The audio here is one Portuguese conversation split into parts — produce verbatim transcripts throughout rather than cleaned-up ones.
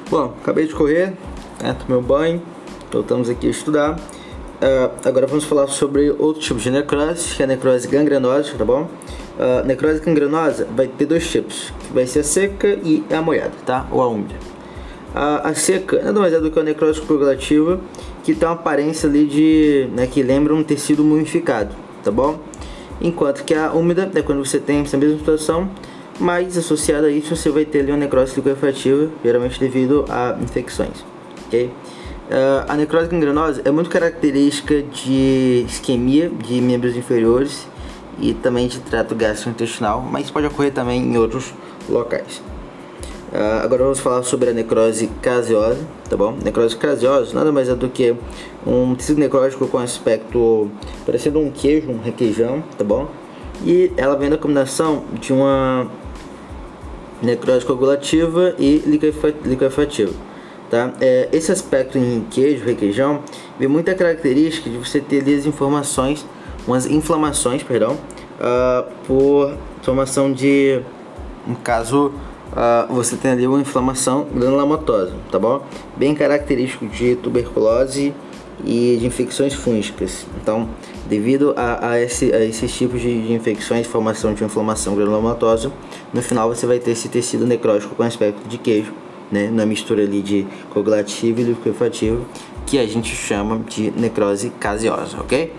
Bom, acabei de correr, né, tomei um banho, voltamos aqui a estudar. Uh, agora vamos falar sobre outro tipo de necrose, que é a necrose gangrenosa, tá bom? Uh, necrose gangrenosa vai ter dois tipos, que vai ser a seca e a molhada, tá? Ou a úmida. Uh, a seca nada mais é do que a necrose coagulativa, que tem uma aparência ali de, né, que lembra um tecido mumificado, tá bom? Enquanto que a úmida é quando você tem essa mesma situação, mas associada a isso você vai ter ali uma necrose liquefativa, geralmente devido a infecções, ok? Uh, a necrose gangrenosa é muito característica de isquemia de membros inferiores e também de trato gastrointestinal, mas pode ocorrer também em outros locais. Uh, agora vamos falar sobre a necrose caseosa, tá bom? Necrose caseosa nada mais é do que um tecido necrótico com aspecto parecendo um queijo, um requeijão, tá bom? E ela vem da combinação de uma necrose coagulativa e liquefativa, tá? É, esse aspecto em queijo, requeijão, vem muita característica de você ter ali as informações, umas inflamações, perdão, uh, por formação de, no caso, uh, você tem ali uma inflamação granulomatosa, tá bom? Bem característico de tuberculose e de infecções fúngicas. Então, devido a, a, esse, a esses tipos de, de infecções, formação de inflamação granulomatosa, no final você vai ter esse tecido necrótico com aspecto de queijo, né, na mistura ali de coagulativo e liquefativo, que a gente chama de necrose caseosa, ok?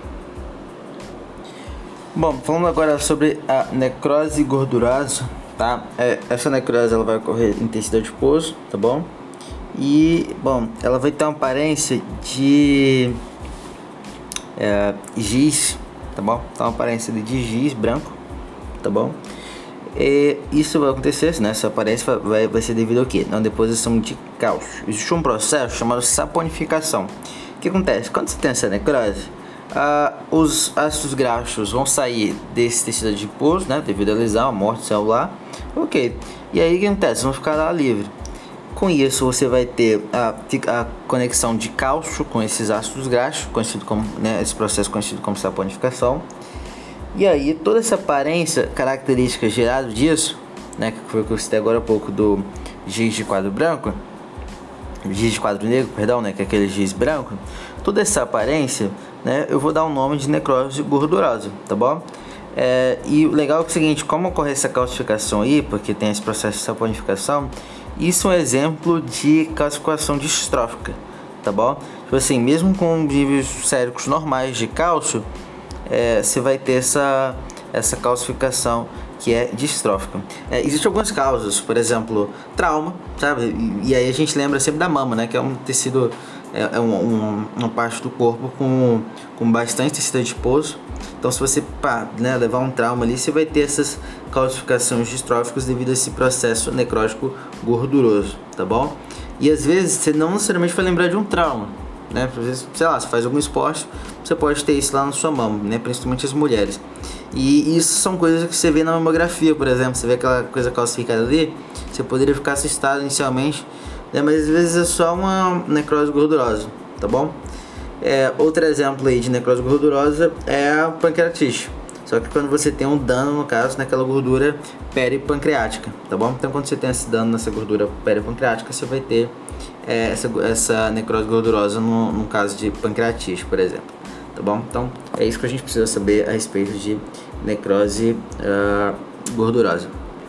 Bom, falando agora sobre a necrose gordurosa, tá? É, essa necrose ela vai ocorrer em tecido adiposo, tá bom? E, bom, ela vai ter uma aparência de é, giz, tá bom? Então, uma aparência de giz branco, tá bom? E isso vai acontecer, né? Essa aparência vai, vai ser devido ao quê? Na deposição de cálcio. Existe um processo chamado saponificação. O que acontece? Quando você tem essa necrose, ah, os ácidos graxos vão sair desse tecido adiposo, né? Devido à lesão, à morte celular. Ok. E aí o que acontece? Vão ficar lá livre. Com isso você vai ter a, a conexão de cálcio com esses ácidos graxos, conhecido como, né, esse processo conhecido como saponificação. E aí toda essa aparência característica gerada disso, né, que foi o que eu citei agora há pouco do giz de quadro branco, giz de quadro negro, perdão, né, que é aquele giz branco, toda essa aparência, né, eu vou dar um nome de necrose gordurosa, tá bom? É, e o legal é, o seguinte, como ocorre essa calcificação aí, porque tem esse processo de saponificação, isso é um exemplo de calcificação distrófica, tá bom? Tipo assim, mesmo com níveis séricos normais de cálcio, é, você vai ter essa, essa calcificação que é distrófica. É, existem algumas causas, por exemplo, trauma, sabe? E, e aí a gente lembra sempre da mama, né? Que é um tecido, é, é um, um, uma parte do corpo com, com bastante tecido adiposo. Então, se você pá, né, levar um trauma ali, você vai ter essas calcificações distróficas devido a esse processo necrótico gorduroso, tá bom? E às vezes você não necessariamente vai lembrar de um trauma, né? Às vezes, sei lá, você faz algum esporte, você pode ter isso lá na sua mama, né? Principalmente as mulheres. E isso são coisas que você vê na mamografia, por exemplo. Você vê aquela coisa calcificada ali, você poderia ficar assustado inicialmente, né? Mas às vezes é só uma necrose gordurosa, tá bom? É, outro exemplo aí de necrose gordurosa é a pancreatite. Só que quando você tem um dano, no caso, naquela gordura peripancreática, tá bom? Então quando você tem esse dano nessa gordura peripancreática, você vai ter é, essa, essa necrose gordurosa no, no caso de pancreatite, por exemplo, tá bom? Então é isso que a gente precisa saber a respeito de necrose uh, gordurosa.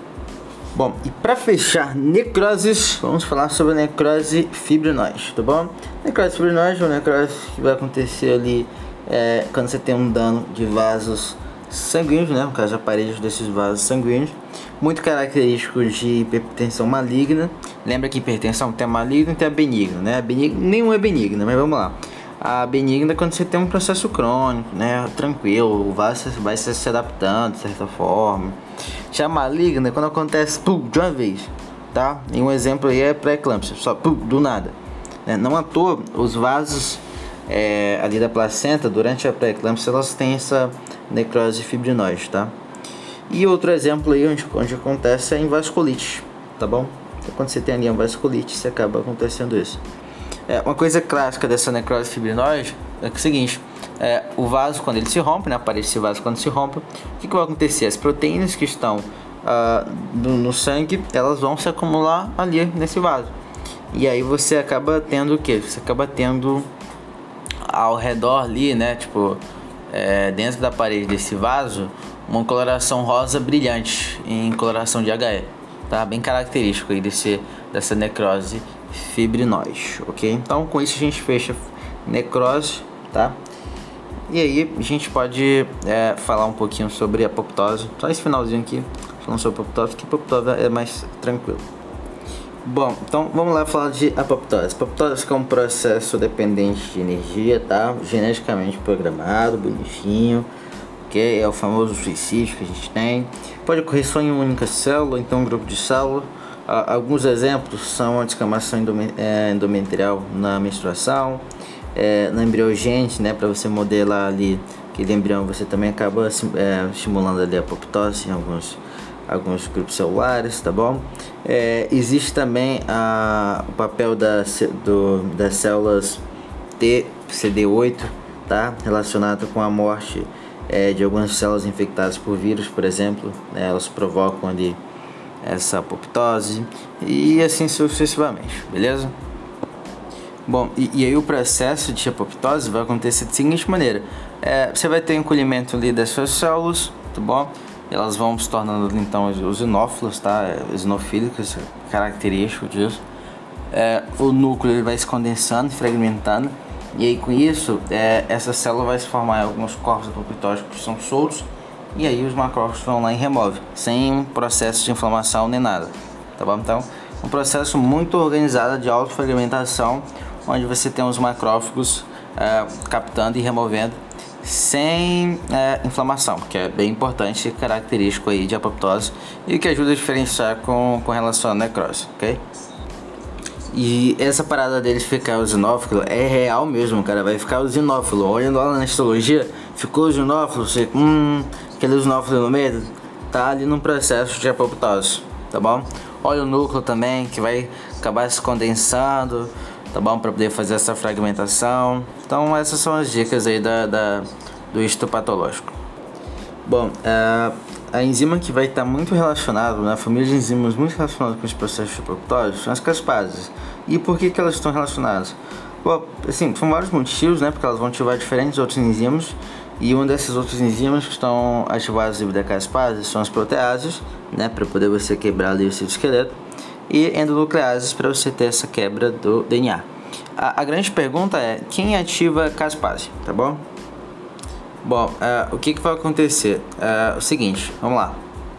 Bom, e para fechar necroses, vamos falar sobre a necrose fibrinoide, tá bom? Necrose fibrinoide é uma necrose que vai acontecer ali é, quando você tem um dano de vasos sanguíneos, né? No caso, a parede desses vasos sanguíneos, muito característico de hipertensão maligna. Lembra que hipertensão tem a maligna e tem a benigna, né? A benigna, nenhum é benigna, mas vamos lá. A benigna é quando você tem um processo crônico, né? Tranquilo, o vaso vai se adaptando de certa forma. Já a maligna é quando acontece pum, de uma vez, tá? E um exemplo aí é pré-eclâmpsia, só pum, do nada. Né? Não à toa, os vasos é, ali da placenta, durante a pré-eclâmpsia, elas têm essa necrose fibrinoide, tá? E outro exemplo aí onde, onde acontece é em vasculite, tá bom? Então, quando você tem ali uma vasculite, você acaba acontecendo isso. É, uma coisa clássica dessa necrose fibrinoide é, que é o seguinte, é, o vaso quando ele se rompe, né, a parede desse vaso quando se rompe, o que, que vai acontecer? As proteínas que estão uh, no, no sangue, elas vão se acumular ali nesse vaso. E aí você acaba tendo o que? Você acaba tendo ao redor ali, né? Tipo, é, dentro da parede desse vaso, uma coloração rosa brilhante em coloração de H E, tá? Bem característico aí desse, dessa necrose fibrinoide, ok? Então com isso a gente fecha necrose, tá? E aí a gente pode é, falar um pouquinho sobre apoptose, só esse finalzinho aqui, falando sobre apoptose, que apoptose é mais tranquilo. Bom, então vamos lá falar de apoptose. Apoptose é um processo dependente de energia, tá? Geneticamente programado, bonitinho, que é o famoso suicídio que a gente tem. Pode ocorrer só em uma única célula, então um grupo de células. Alguns exemplos são a descamação endometrial na menstruação, é, na embriogênese, né? Para você modelar ali aquele embrião, você também acaba é, estimulando ali a apoptose em alguns alguns grupos celulares, tá bom? É, existe também a, o papel da, do, das células T C D oito, tá? Relacionado com a morte é, de algumas células infectadas por vírus, por exemplo, né? Elas provocam ali essa apoptose e assim sucessivamente, beleza? Bom, e, e aí o processo de apoptose vai acontecer da seguinte maneira: é, você vai ter encolhimento ali das suas células, tá bom? Elas vão se tornando então os eosinófilos, tá? Eosinofílicos, característico disso. É, o núcleo ele vai se condensando, fragmentando, e aí com isso é, essa célula vai se formar em alguns corpos apoptóticos que são soltos, e aí os macrófagos vão lá e removem, sem um processo de inflamação nem nada, tá bom? Então, um processo muito organizado de autofragmentação, onde você tem os macrófagos é, captando e removendo sem é, inflamação, que é bem importante e característico aí de apoptose e que ajuda a diferenciar com, com relação à necrose, ok? E essa parada deles ficar eosinófilo é real mesmo, cara, vai ficar eosinófilo. Olhando lá na histologia, ficou eosinófilo, você, hum, aquele eosinófilo no meio, tá ali num processo de apoptose, tá bom? Olha o núcleo também, que vai acabar se condensando, tá bom, para poder fazer essa fragmentação. Então essas são as dicas aí da, da do histopatológico. Bom, a, a enzima que vai estar muito relacionada, na família de enzimas muito relacionadas com esse processo de apoptose, são as caspases. E por que que elas estão relacionadas? Bom, assim, são vários motivos, né, porque elas vão ativar diferentes outros enzimas, e uma dessas outras enzimas que estão ativadas devido a caspases são as proteases, né, para poder você quebrar ali o citoesqueleto, e endonucleases para você ter essa quebra do D N A. A, a grande pergunta é, quem ativa a caspase, tá bom? Bom, uh, o que, que vai acontecer? Uh, o seguinte, vamos lá.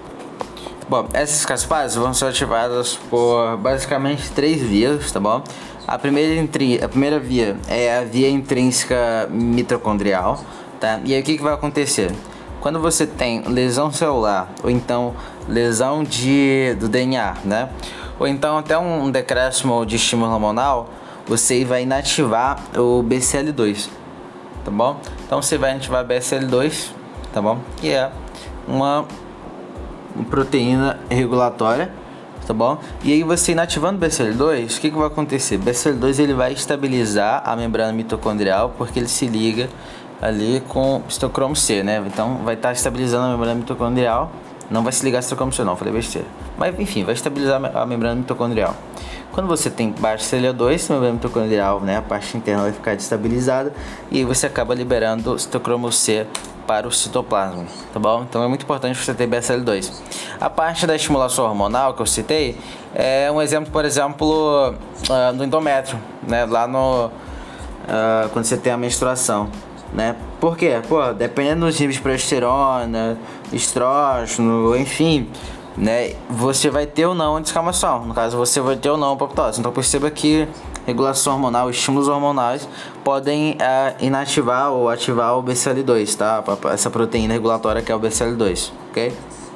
Bom, essas caspases vão ser ativadas por basicamente três vias, tá bom? A primeira, a primeira via é a via intrínseca mitocondrial, tá? E aí o que, que vai acontecer? Quando você tem lesão celular, ou então lesão de, do D N A, né? Ou então até um decréscimo de estímulo hormonal, você vai inativar o B C L dois, tá bom? Então você vai ativar B C L dois, tá bom? Que é uma, uma proteína regulatória, tá bom? E aí você inativando o B C L dois, o que, que vai acontecer? O B C L dois ele vai estabilizar a membrana mitocondrial, porque ele se liga ali com o citocromo C, né? Então vai estar estabilizando a membrana mitocondrial. Não vai se ligar a citocromo C não, falei besteira. Mas enfim, vai estabilizar a membrana mitocondrial. Quando você tem baixa C L A dois, a membrana mitocondrial, né, a parte interna vai ficar destabilizada, e aí você acaba liberando o citocromo C para o citoplasma, tá bom? Então é muito importante você ter B C L dois. A parte da estimulação hormonal que eu citei é um exemplo, por exemplo, uh, do endométrio, né, lá no uh, quando você tem a menstruação, né? Por quê? Pô, dependendo dos níveis de progesterona, estrógeno, enfim, né, você vai ter ou não a descamação. No caso, você vai ter ou não a apoptose. Então perceba que regulação hormonal, estímulos hormonais podem uh, inativar ou ativar o B C L dois, tá? Essa proteína regulatória que é o B C L dois, ok?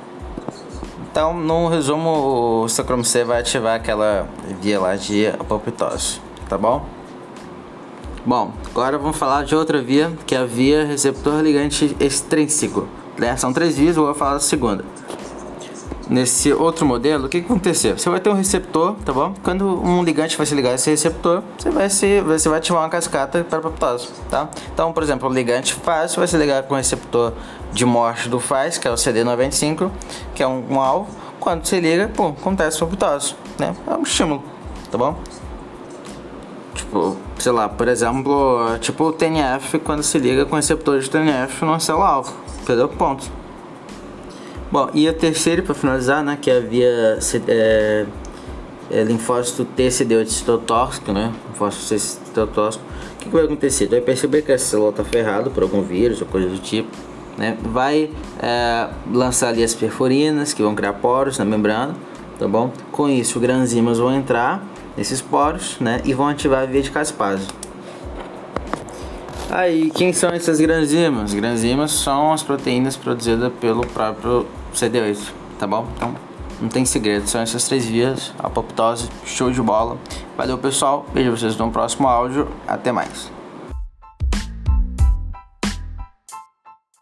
Então, no resumo, o citocromo C vai ativar aquela via lá de apoptose, tá bom? Bom, agora vamos falar de outra via, que é a via receptor ligante extrínseco, né? São três vias, eu vou falar da segunda. Nesse outro modelo, o que que vai acontecer? Você vai ter um receptor, tá bom? Quando um ligante vai se ligar a esse receptor, você vai, se, você vai ativar uma cascata para a apoptose, tá? Então, por exemplo, o ligante Fas vai se ligar com o receptor de morte do Fas, que é o C D noventa e cinco, que é um, um alvo. Quando se liga, pô, acontece a apoptose, né? É um estímulo, tá bom? Tipo, sei lá, por exemplo, tipo o T N F quando se liga com o receptor de T N F numa célula-alvo. Entendeu? Ponto. Bom, e a terceira, para finalizar, né, que é a via é, é, linfócito T C D oito citotóxico, né, linfócito T C D citotóxico. O que, que vai acontecer? Tu vai perceber que essa célula está ferrada por algum vírus ou coisa do tipo, né, vai é, lançar ali as perforinas que vão criar poros na membrana, tá bom? Com isso, granzimas vão entrar nesses poros, né, e vão ativar a via de caspase. Aí, quem são essas granzimas? Granzimas são as proteínas produzidas pelo próprio C D oito, tá bom? Então, não tem segredo, são essas três vias, apoptose, show de bola. Valeu, pessoal, vejo vocês no próximo áudio, até mais.